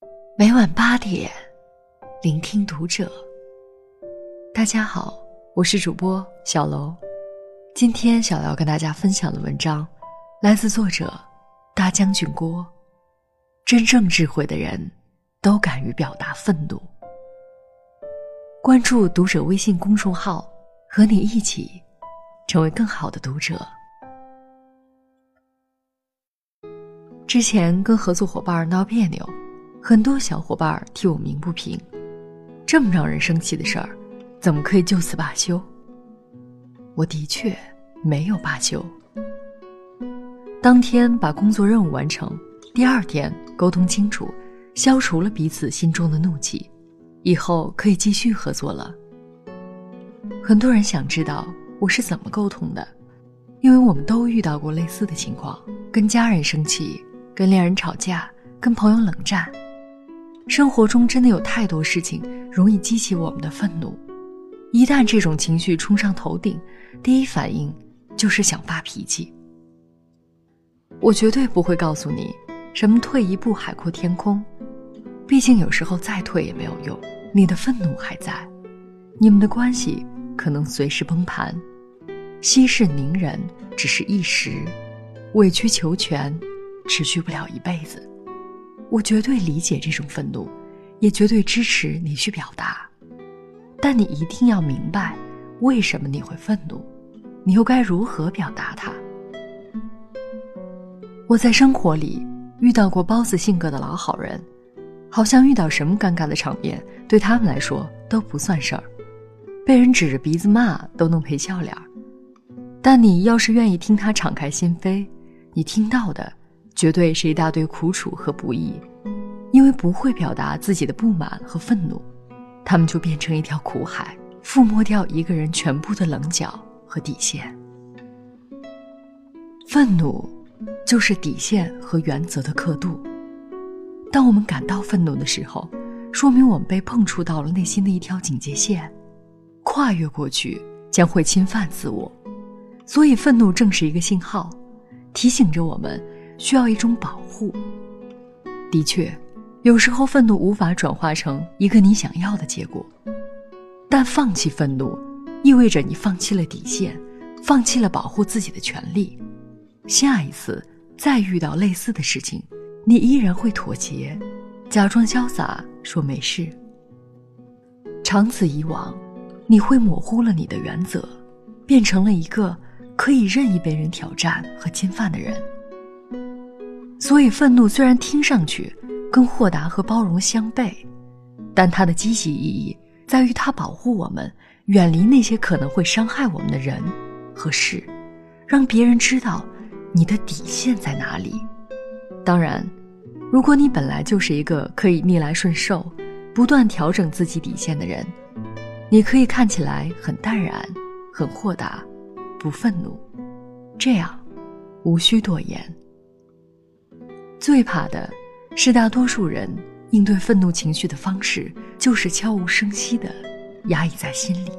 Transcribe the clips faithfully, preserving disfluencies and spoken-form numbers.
每晚八点，聆听读者。大家好，我是主播小楼。今天小楼要跟大家分享的文章来自作者大将军郭。真正智慧的人都敢于表达愤怒。关注读者微信公众号，和你一起成为更好的读者。之前跟合作伙伴闹别扭，很多小伙伴替我鸣不平，这么让人生气的事儿，怎么可以就此罢休？我的确没有罢休。当天把工作任务完成，第二天沟通清楚，消除了彼此心中的怒气，以后可以继续合作了。很多人想知道我是怎么沟通的，因为我们都遇到过类似的情况，跟家人生气，跟恋人吵架，跟朋友冷战。生活中真的有太多事情容易激起我们的愤怒，一旦这种情绪冲上头顶，第一反应就是想发脾气。我绝对不会告诉你什么退一步海阔天空，毕竟有时候再退也没有用，你的愤怒还在，你们的关系可能随时崩盘。息事宁人只是一时，委曲求全持续不了一辈子。我绝对理解这种愤怒，也绝对支持你去表达，但你一定要明白为什么你会愤怒，你又该如何表达它。我在生活里遇到过包子性格的老好人，好像遇到什么尴尬的场面对他们来说都不算事儿，被人指着鼻子骂都能赔笑脸。但你要是愿意听他敞开心扉，你听到的绝对是一大堆苦楚和不易，因为不会表达自己的不满和愤怒，他们就变成一条苦海，覆没掉一个人全部的棱角和底线。愤怒就是底线和原则的刻度。当我们感到愤怒的时候，说明我们被碰触到了内心的一条警戒线，跨越过去将会侵犯自我。所以愤怒正是一个信号，提醒着我们需要一种保护。的确，有时候愤怒无法转化成一个你想要的结果，但放弃愤怒意味着你放弃了底线，放弃了保护自己的权利。下一次再遇到类似的事情，你依然会妥协，假装潇洒说没事。长此以往，你会模糊了你的原则，变成了一个可以任意被人挑战和侵犯的人。所以愤怒虽然听上去跟豁达和包容相悖，但它的积极意义在于它保护我们远离那些可能会伤害我们的人和事，让别人知道你的底线在哪里。当然，如果你本来就是一个可以逆来顺受，不断调整自己底线的人，你可以看起来很淡然，很豁达，不愤怒，这样无需多言。最怕的是大多数人应对愤怒情绪的方式就是悄无声息地压抑在心里。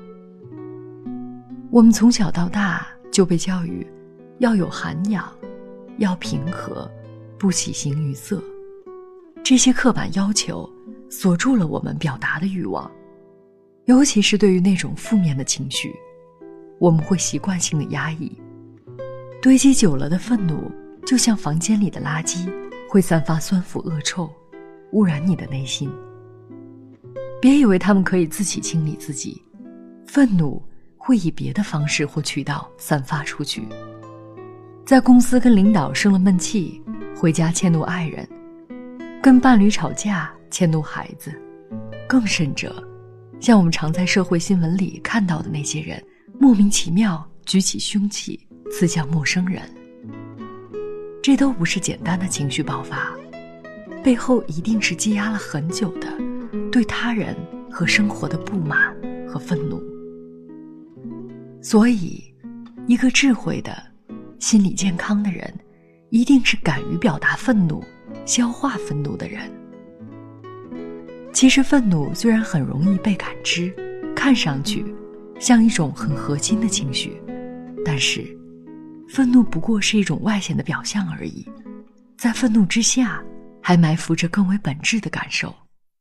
我们从小到大就被教育要有涵养，要平和，不喜形于色。这些刻板要求锁住了我们表达的欲望，尤其是对于那种负面的情绪，我们会习惯性的压抑。堆积久了的愤怒就像房间里的垃圾，会散发酸腐恶臭，污染你的内心。别以为他们可以自己清理自己，愤怒会以别的方式或渠道散发出去。在公司跟领导生了闷气，回家迁怒爱人，跟伴侣吵架迁怒孩子，更甚者，像我们常在社会新闻里看到的那些人，莫名其妙举起凶器刺向陌生人。这都不是简单的情绪爆发，背后一定是积压了很久的对他人和生活的不满和愤怒。所以，一个智慧的、心理健康的人，一定是敢于表达愤怒、消化愤怒的人。其实愤怒虽然很容易被感知，看上去像一种很核心的情绪，但是愤怒不过是一种外显的表象而已。在愤怒之下， 还埋伏着更为本质的感受。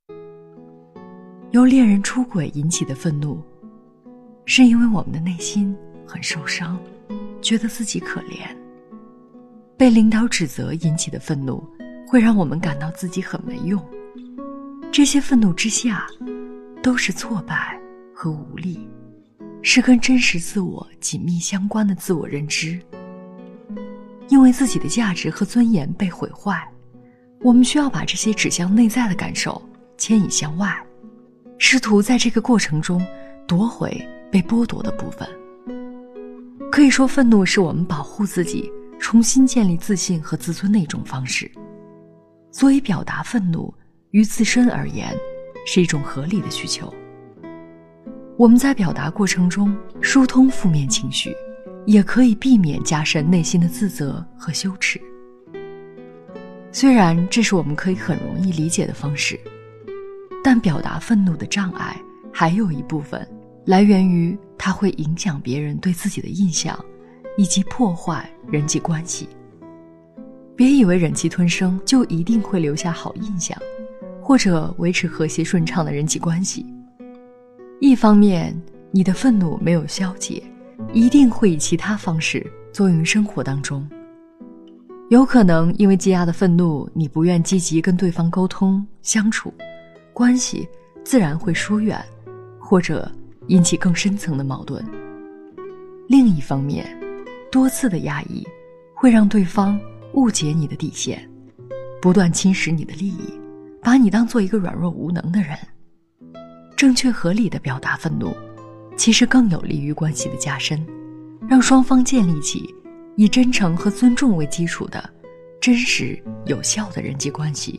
由恋人出轨引起的愤怒，是因为我们的内心很受伤，觉得自己可怜。被领导指责引起的愤怒，会让我们感到自己很没用。这些愤怒之下，都是挫败和无力，是跟真实自我紧密相关的自我认知。因为自己的价值和尊严被毁坏，我们需要把这些指向内在的感受牵引向外，试图在这个过程中夺回被剥夺的部分。可以说，愤怒是我们保护自己、重新建立自信和自尊的一种方式。所以表达愤怒于自身而言是一种合理的需求。我们在表达过程中疏通负面情绪，也可以避免加深内心的自责和羞耻。虽然这是我们可以很容易理解的方式，但表达愤怒的障碍还有一部分来源于它会影响别人对自己的印象，以及破坏人际关系。别以为忍气吞声就一定会留下好印象，或者维持和谐顺畅的人际关系。一方面，你的愤怒没有消解，一定会以其他方式作用于生活当中。有可能因为积压的愤怒，你不愿积极跟对方沟通相处，关系自然会疏远，或者引起更深层的矛盾。另一方面，多次的压抑会让对方误解你的底线，不断侵蚀你的利益，把你当做一个软弱无能的人。正确合理的表达愤怒，其实更有利于关系的加深，让双方建立起以真诚和尊重为基础的真实有效的人际关系。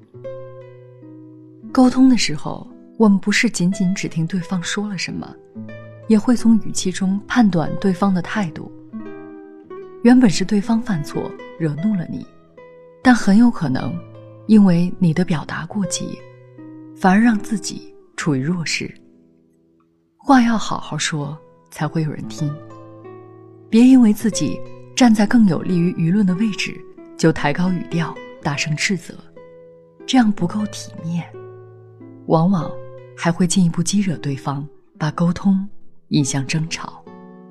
沟通的时候，我们不是仅仅只听对方说了什么，也会从语气中判断对方的态度。原本是对方犯错惹怒了你，但很有可能因为你的表达过激，反而让自己处于弱势。话要好好说，才会有人听。别因为自己站在更有利于舆论的位置，就抬高语调，大声斥责，这样不够体面，往往还会进一步激惹对方，把沟通引向争吵。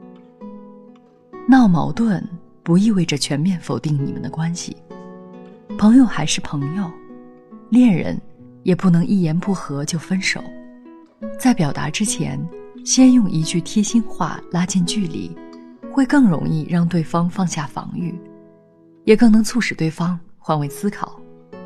闹矛盾不意味着全面否定你们的关系，朋友还是朋友，恋人也不能一言不合就分手。在表达之前，先用一句贴心话拉近距离，会更容易让对方放下防御，也更能促使对方换位思考。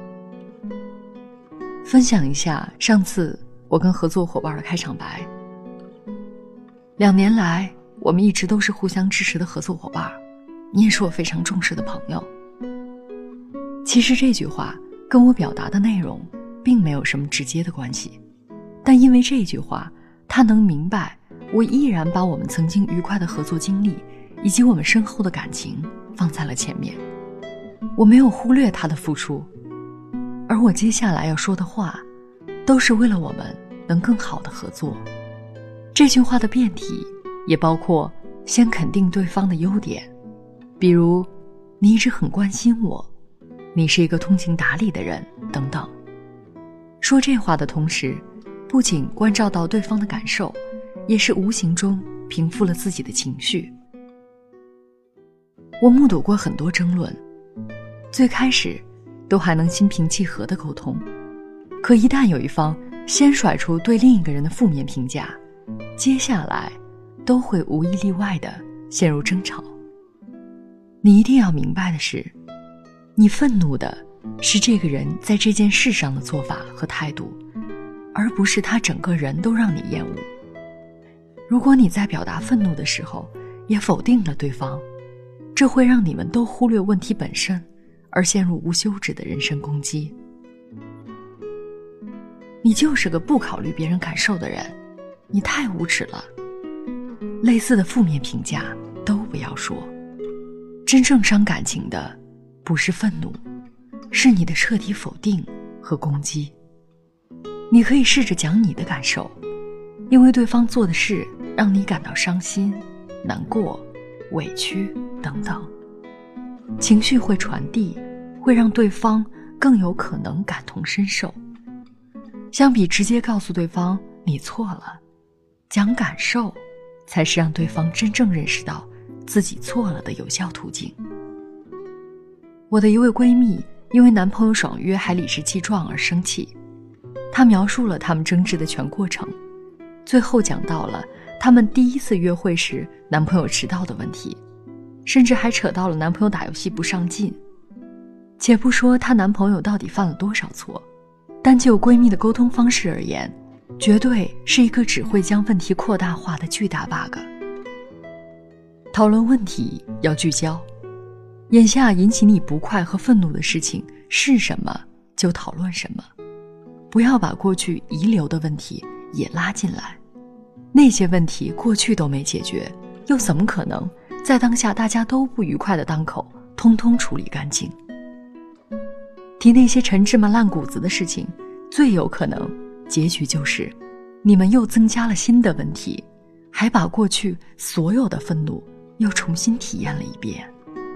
分享一下上次我跟合作伙伴的开场白。两年来，我们一直都是互相支持的合作伙伴，你也是我非常重视的朋友。其实这句话跟我表达的内容并没有什么直接的关系，但因为这句话，他能明白我依然把我们曾经愉快的合作经历以及我们深厚的感情放在了前面。我没有忽略他的付出，而我接下来要说的话都是为了我们能更好的合作。这句话的辩题也包括先肯定对方的优点，比如你一直很关心我，你是一个通情达理的人等等。说这话的同时，不仅关照到对方的感受，也是无形中平复了自己的情绪。我目睹过很多争论，最开始都还能心平气和地沟通，可一旦有一方先甩出对另一个人的负面评价，接下来都会无一例外地陷入争吵。你一定要明白的是，你愤怒的是这个人在这件事上的做法和态度，而不是他整个人都让你厌恶。如果你在表达愤怒的时候也否定了对方，这会让你们都忽略问题本身，而陷入无休止的人身攻击。你就是个不考虑别人感受的人，你太无耻了。类似的负面评价都不要说。真正伤感情的不是愤怒，是你的彻底否定和攻击。你可以试着讲你的感受，因为对方做的事让你感到伤心、难过、委屈等等，情绪会传递，会让对方更有可能感同身受。相比直接告诉对方你错了，讲感受才是让对方真正认识到自己错了的有效途径。我的一位闺蜜因为男朋友爽约还理直气壮而生气，她描述了他们争执的全过程，最后讲到了他们第一次约会时男朋友迟到的问题，甚至还扯到了男朋友打游戏不上进。且不说她男朋友到底犯了多少错，单就闺蜜的沟通方式而言，绝对是一个只会将问题扩大化的巨大 bug。 讨论问题要聚焦，眼下引起你不快和愤怒的事情是什么就讨论什么，不要把过去遗留的问题也拉进来。那些问题过去都没解决，又怎么可能在当下大家都不愉快的当口通通处理干净？提那些陈芝麻烂谷子的事情，最有可能结局就是你们又增加了新的问题，还把过去所有的愤怒又重新体验了一遍。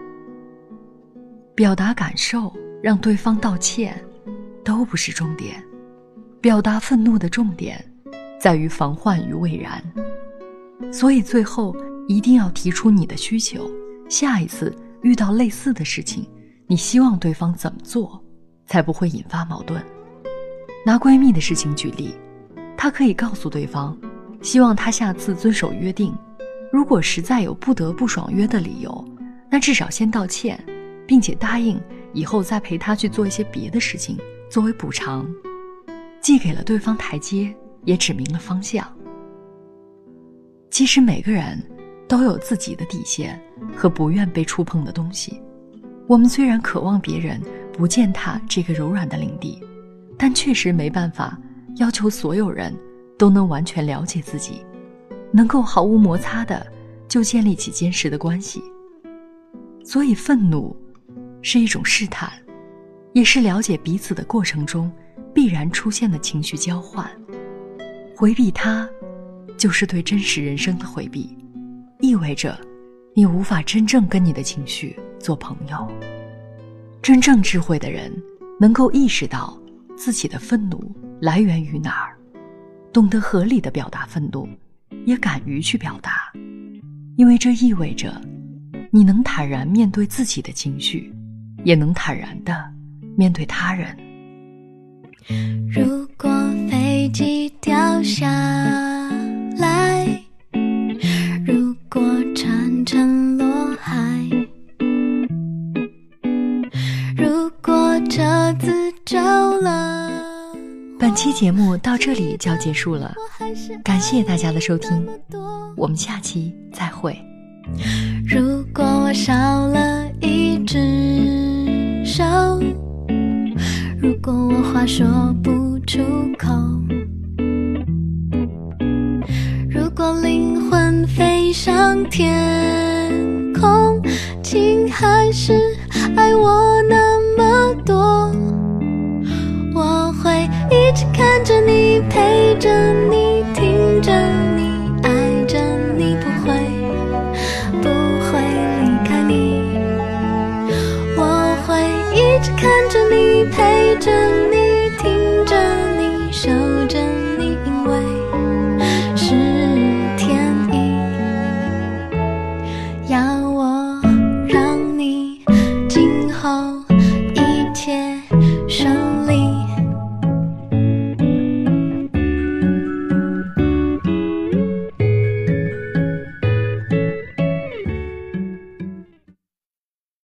表达感受，让对方道歉，都不是重点。表达愤怒的重点在于防患于未然。所以最后一定要提出你的需求，下一次遇到类似的事情，你希望对方怎么做才不会引发矛盾。拿闺蜜的事情举例，她可以告诉对方，希望她下次遵守约定，如果实在有不得不爽约的理由，那至少先道歉，并且答应以后再陪她去做一些别的事情作为补偿，既给了对方台阶，也指明了方向。其实每个人都有自己的底线和不愿被触碰的东西，我们虽然渴望别人不践踏这个柔软的领地，但确实没办法要求所有人都能完全了解自己，能够毫无摩擦的就建立起坚实的关系。所以愤怒是一种试探，也是了解彼此的过程中必然出现的情绪交换。回避它，就是对真实人生的回避，意味着你无法真正跟你的情绪做朋友。真正智慧的人能够意识到自己的愤怒来源于哪儿，懂得合理的表达愤怒，也敢于去表达，因为这意味着你能坦然面对自己的情绪，也能坦然地面对他人。 如果飞机掉下来，如果船沉落海，如果车子着了。 本期节目到这里就要结束了，感谢大家的收听，我们下期再会。 如果我少了一只手，如果我话说不出口，如果灵魂飞上天空，请还是爱我那么多，我会一直看着